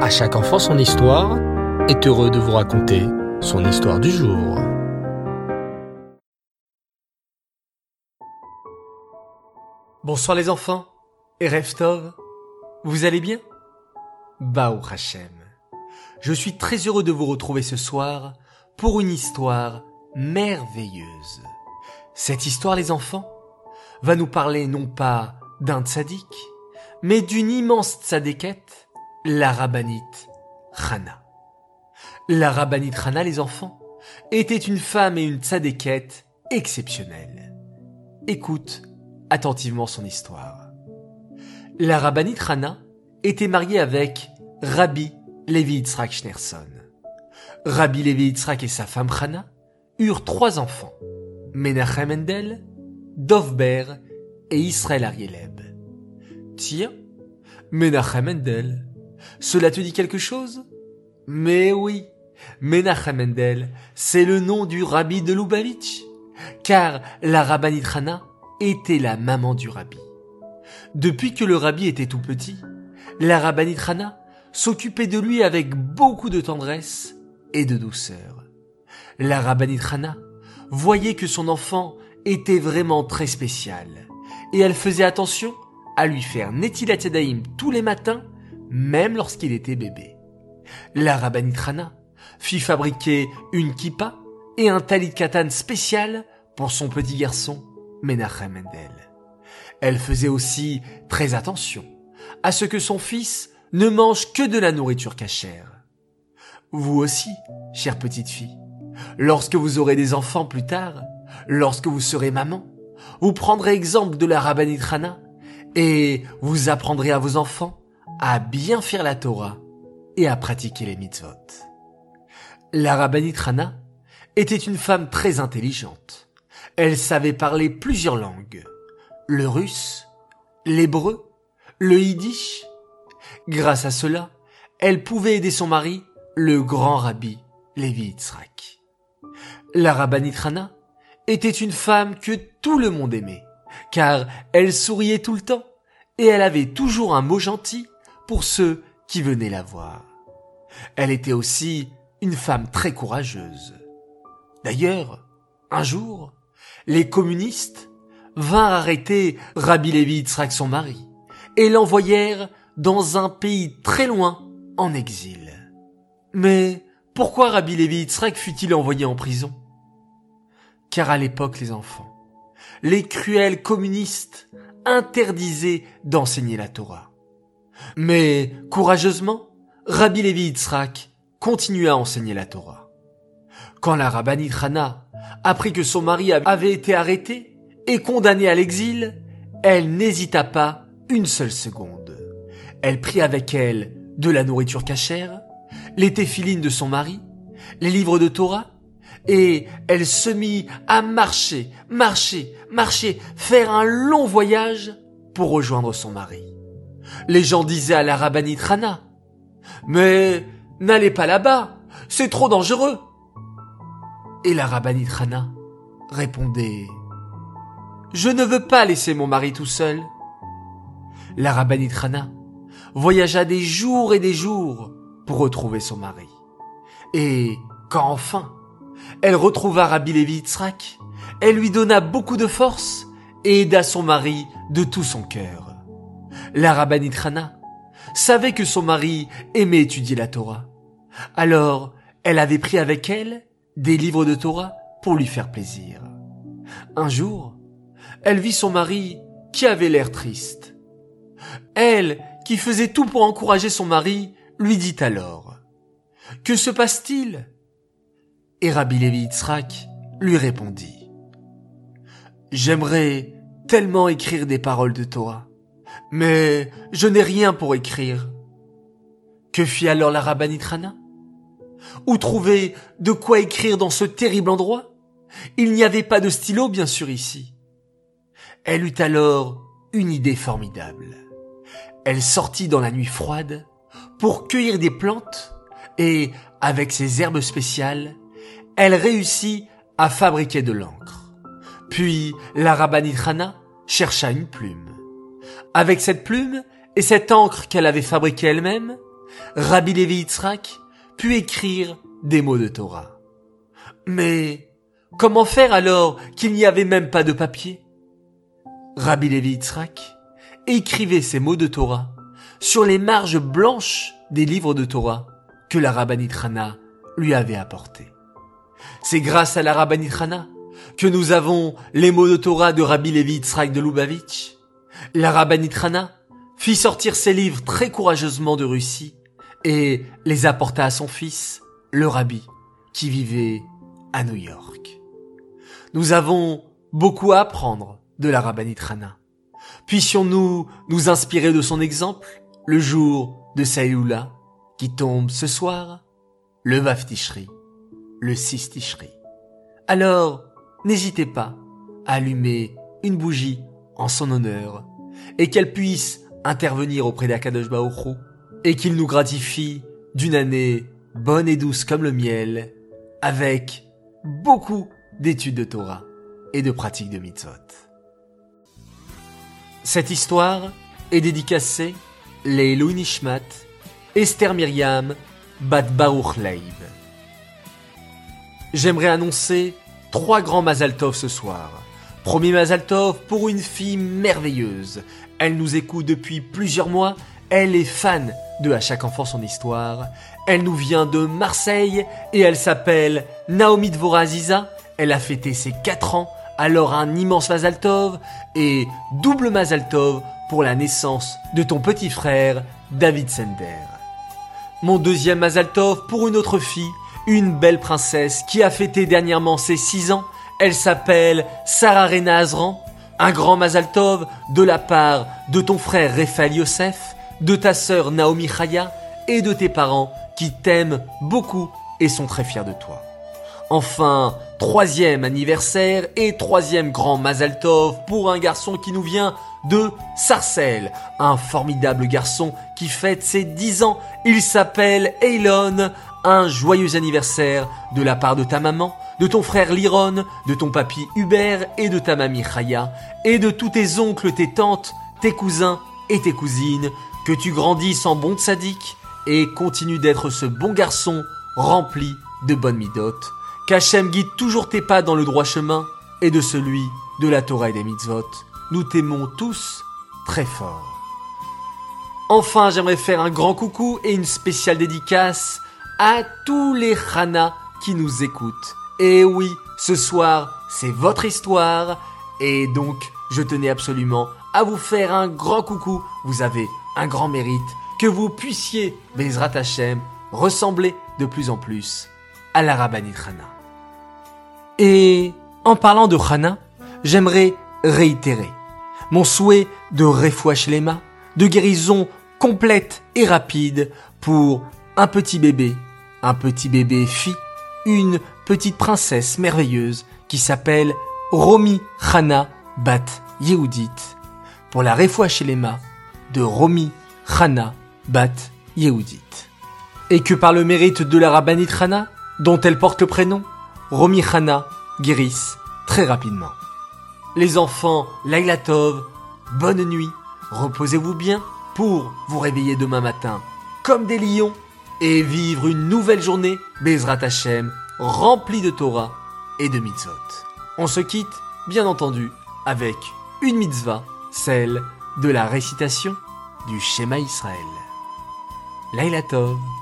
À chaque enfant son histoire est heureux de vous raconter son histoire du jour. Bonsoir les enfants, Erev Tov, vous allez bien? Baou Hashem. Je suis très heureux de vous retrouver ce soir pour une histoire merveilleuse. Cette histoire, les enfants, va nous parler non pas d'un tzaddik, mais d'une immense tzadékette, la rabbinite Hana. La rabbinite Hana, les enfants, était une femme et une tzadékette exceptionnelle. Écoute attentivement son histoire. La rabbinite Hana était mariée avec Rabbi Levi Yitzhak Schneerson. Rabbi Levi Yitzhak et sa femme Hana eurent 3 enfants, Menachem Mendel, Dov Ber et Israël Arieleb. Tiens, Menachem Mendel, cela te dit quelque chose? Mais oui, Menachem Mendel, c'est le nom du rabbi de Lubavitch, car la rabbinite Hana était la maman du rabbi. Depuis que le rabbi était tout petit, la rabbinite Hana s'occupait de lui avec beaucoup de tendresse et de douceur. La rabbinite Hana voyait que son enfant était vraiment très spécial, et elle faisait attention à lui faire Netilat Yadayim tous les matins, même lorsqu'il était bébé. La rabbinite Hana fit fabriquer une kippa et un talit katan spécial pour son petit garçon, Menachem Mendel. Elle faisait aussi très attention à ce que son fils ne mange que de la nourriture cachère. Vous aussi, chère petite fille, lorsque vous aurez des enfants plus tard, lorsque vous serez maman, vous prendrez exemple de la rabbinite Hana et vous apprendrez à vos enfants à bien faire la Torah et à pratiquer les mitzvot. La rabbinite Hana était une femme très intelligente. Elle savait parler plusieurs langues, le russe, l'hébreu, le yiddish. Grâce à cela, elle pouvait aider son mari, le grand rabbi Levi Yitzhak. La rabbinite Hana était une femme que tout le monde aimait, car elle souriait tout le temps et elle avait toujours un mot gentil pour ceux qui venaient la voir. Elle était aussi une femme très courageuse. D'ailleurs, un jour, les communistes vinrent arrêter Rabbi Levi Yitzhak, son mari, et l'envoyèrent dans un pays très loin, en exil. Mais pourquoi Rabbi Levi Yitzhak fut-il envoyé en prison? Car à l'époque, les enfants, les cruels communistes interdisaient d'enseigner la Torah. Mais, courageusement, Rabbi Levi Yitzhak continua à enseigner la Torah. Quand la rabbinite Hana apprit que son mari avait été arrêté et condamné à l'exil, elle n'hésita pas une seule seconde. Elle prit avec elle de la nourriture cachère, les téphilines de son mari, les livres de Torah, et elle se mit à marcher, faire un long voyage pour rejoindre son mari. Les gens disaient à la rabbinite Hana, « Mais n'allez pas là-bas, c'est trop dangereux !» Et la rabbinite Hana répondait, « Je ne veux pas laisser mon mari tout seul. » La rabbinite Hana voyagea des jours et des jours pour retrouver son mari. Et quand enfin elle retrouva Rabbi Levi Yitzhak, elle lui donna beaucoup de force et aida son mari de tout son cœur. La rabbinite Hana savait que son mari aimait étudier la Torah. Alors, elle avait pris avec elle des livres de Torah pour lui faire plaisir. Un jour, elle vit son mari qui avait l'air triste. Elle, qui faisait tout pour encourager son mari, lui dit alors, « Que se passe-t-il » Et Rabbi Levi Yitzhak lui répondit, « J'aimerais tellement écrire des paroles de Torah, mais je n'ai rien pour écrire. » Que fit alors la rabbinite Hana? Où trouver de quoi écrire dans ce terrible endroit? Il n'y avait pas de stylo, bien sûr, ici. Elle eut alors une idée formidable. Elle sortit dans la nuit froide pour cueillir des plantes et, avec ses herbes spéciales, elle réussit à fabriquer de l'encre. Puis, la rabbinite Hana chercha une plume. Avec cette plume et cette encre qu'elle avait fabriquée elle-même, Rabbi Levi Yitzhak put écrire des mots de Torah. Mais comment faire alors qu'il n'y avait même pas de papier? Rabbi Levi Yitzhak écrivait ces mots de Torah sur les marges blanches des livres de Torah que la rabbinite Hana lui avait apportés. C'est grâce à la rabbinite Hana que nous avons les mots de Torah de Rabbi Levi Yitzhak de Lubavitch. La rabbinite Hana fit sortir ses livres très courageusement de Russie et les apporta à son fils, le rabbi, qui vivait à New York. Nous avons beaucoup à apprendre de la rabbinite Hana. Puissions-nous nous inspirer de son exemple le jour de sa Héloula qui tombe ce soir, le Vav Tishri, le 6 Tishri. Alors, n'hésitez pas à allumer une bougie en son honneur et qu'elle puisse intervenir auprès d'Akadosh Baruch Hu et qu'il nous gratifie d'une année bonne et douce comme le miel avec beaucoup d'études de Torah et de pratiques de mitzvot. Cette histoire est dédicacée Leilui Nishmat Esther Myriam Bat Baruch Leib. J'aimerais annoncer 3 grands Mazal Tov ce soir. Premier Mazal Tov pour une fille merveilleuse. Elle nous écoute depuis plusieurs mois. Elle est fan de À chaque enfant son histoire. Elle nous vient de Marseille et elle s'appelle Naomi Dvora Aziza. Elle a fêté ses 4 ans. Alors un immense Mazal Tov et double Mazal Tov pour la naissance de ton petit frère David Sender. Mon deuxième Mazal Tov pour une autre fille, une belle princesse qui a fêté dernièrement ses 6 ans. Elle s'appelle Sarah Rena Azran. Un grand Mazal Tov de la part de ton frère Raphaël Yosef, de ta sœur Naomi Chaya et de tes parents qui t'aiment beaucoup et sont très fiers de toi. Enfin, 3e anniversaire et 3e grand Mazal Tov pour un garçon qui nous vient de Sarcelles. Un formidable garçon qui fête ses 10 ans. Il s'appelle Eilon. Un joyeux anniversaire de la part de ta maman, de ton frère Liron, de ton papy Hubert et de ta mamie Chaya, et de tous tes oncles, tes tantes, tes cousins et tes cousines. Que tu grandisses en bon tzaddik et continue d'être ce bon garçon rempli de bonnes midotes. Qu'Hachem guide toujours tes pas dans le droit chemin et de celui de la Torah et des mitzvot. Nous t'aimons tous très fort. Enfin, j'aimerais faire un grand coucou et une spéciale dédicace à tous les Hana qui nous écoutent. Et oui, ce soir, c'est votre histoire et donc je tenais absolument à vous faire un grand coucou. Vous avez un grand mérite que vous puissiez, Bezrat Hashem, ressembler de plus en plus à la rabbinite Hana. Et en parlant de Hana, j'aimerais réitérer mon souhait de Refoua Shlema, de guérison complète et rapide pour un petit bébé fille, une petite princesse merveilleuse qui s'appelle Romi Hana Bat Yehudit, pour la Refoua Shlema de Romi Hana Bat Yehudit. Et que par le mérite de la rabbinite Hana, dont elle porte le prénom, Romi Hana guérisse très rapidement. Les enfants, Laila Tov, bonne nuit, reposez-vous bien pour vous réveiller demain matin comme des lions et vivre une nouvelle journée, Bezrat Hashem, remplie de Torah et de mitzvot. On se quitte, bien entendu, avec une mitzvah, celle de la récitation du Shema Israël. Laila Tov.